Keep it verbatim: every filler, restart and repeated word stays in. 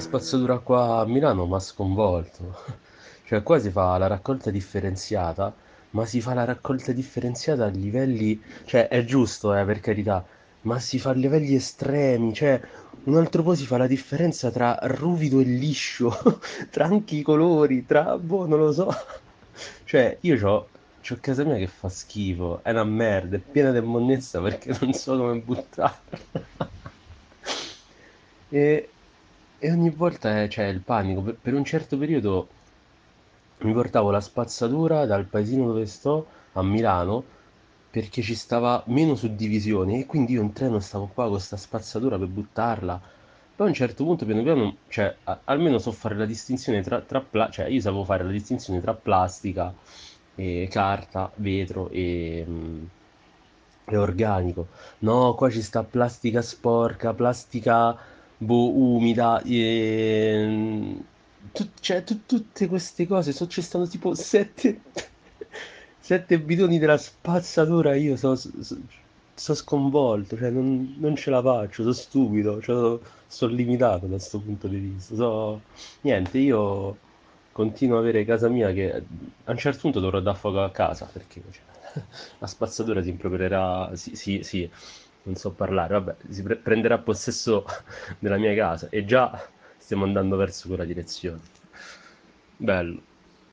spazzatura qua a Milano m'ha sconvolto. Cioè, qua si fa la raccolta differenziata, ma si fa la raccolta differenziata a livelli, cioè, è giusto, eh, per carità, ma si fa a livelli estremi, cioè, un altro po' si fa la differenza tra ruvido e liscio, tra anche i colori, tra, boh, non lo so. Cioè, io c'ho, c'ho casa mia che fa schifo, è una merda, è piena di monnezza perché non so come buttarla. E, e ogni volta eh, c'è il panico. Per, per un certo periodo mi portavo la spazzatura dal paesino dove sto a Milano perché ci stava meno suddivisioni e quindi io in treno stavo qua con sta spazzatura per buttarla. Poi a un certo punto piano piano, cioè a- almeno so fare la distinzione tra, tra pla- cioè io sapevo fare la distinzione tra plastica, e carta, vetro e, mm, e organico. No, qua ci sta plastica sporca, plastica boh, umida, e... tut- cioè, tu- tutte queste cose, so, ci stanno tipo sette, sette bidoni della spazzatura, io so, so- so sconvolto, cioè non, non ce la faccio, sono stupido, cioè, sono limitato da questo punto di vista. So... Niente, io continuo ad avere casa mia che a un certo punto dovrò dar fuoco a casa, perché cioè, la spazzatura si impropererà, sì, sì, sì, non so parlare, vabbè, si pre- prenderà possesso della mia casa e già stiamo andando verso quella direzione. Bello.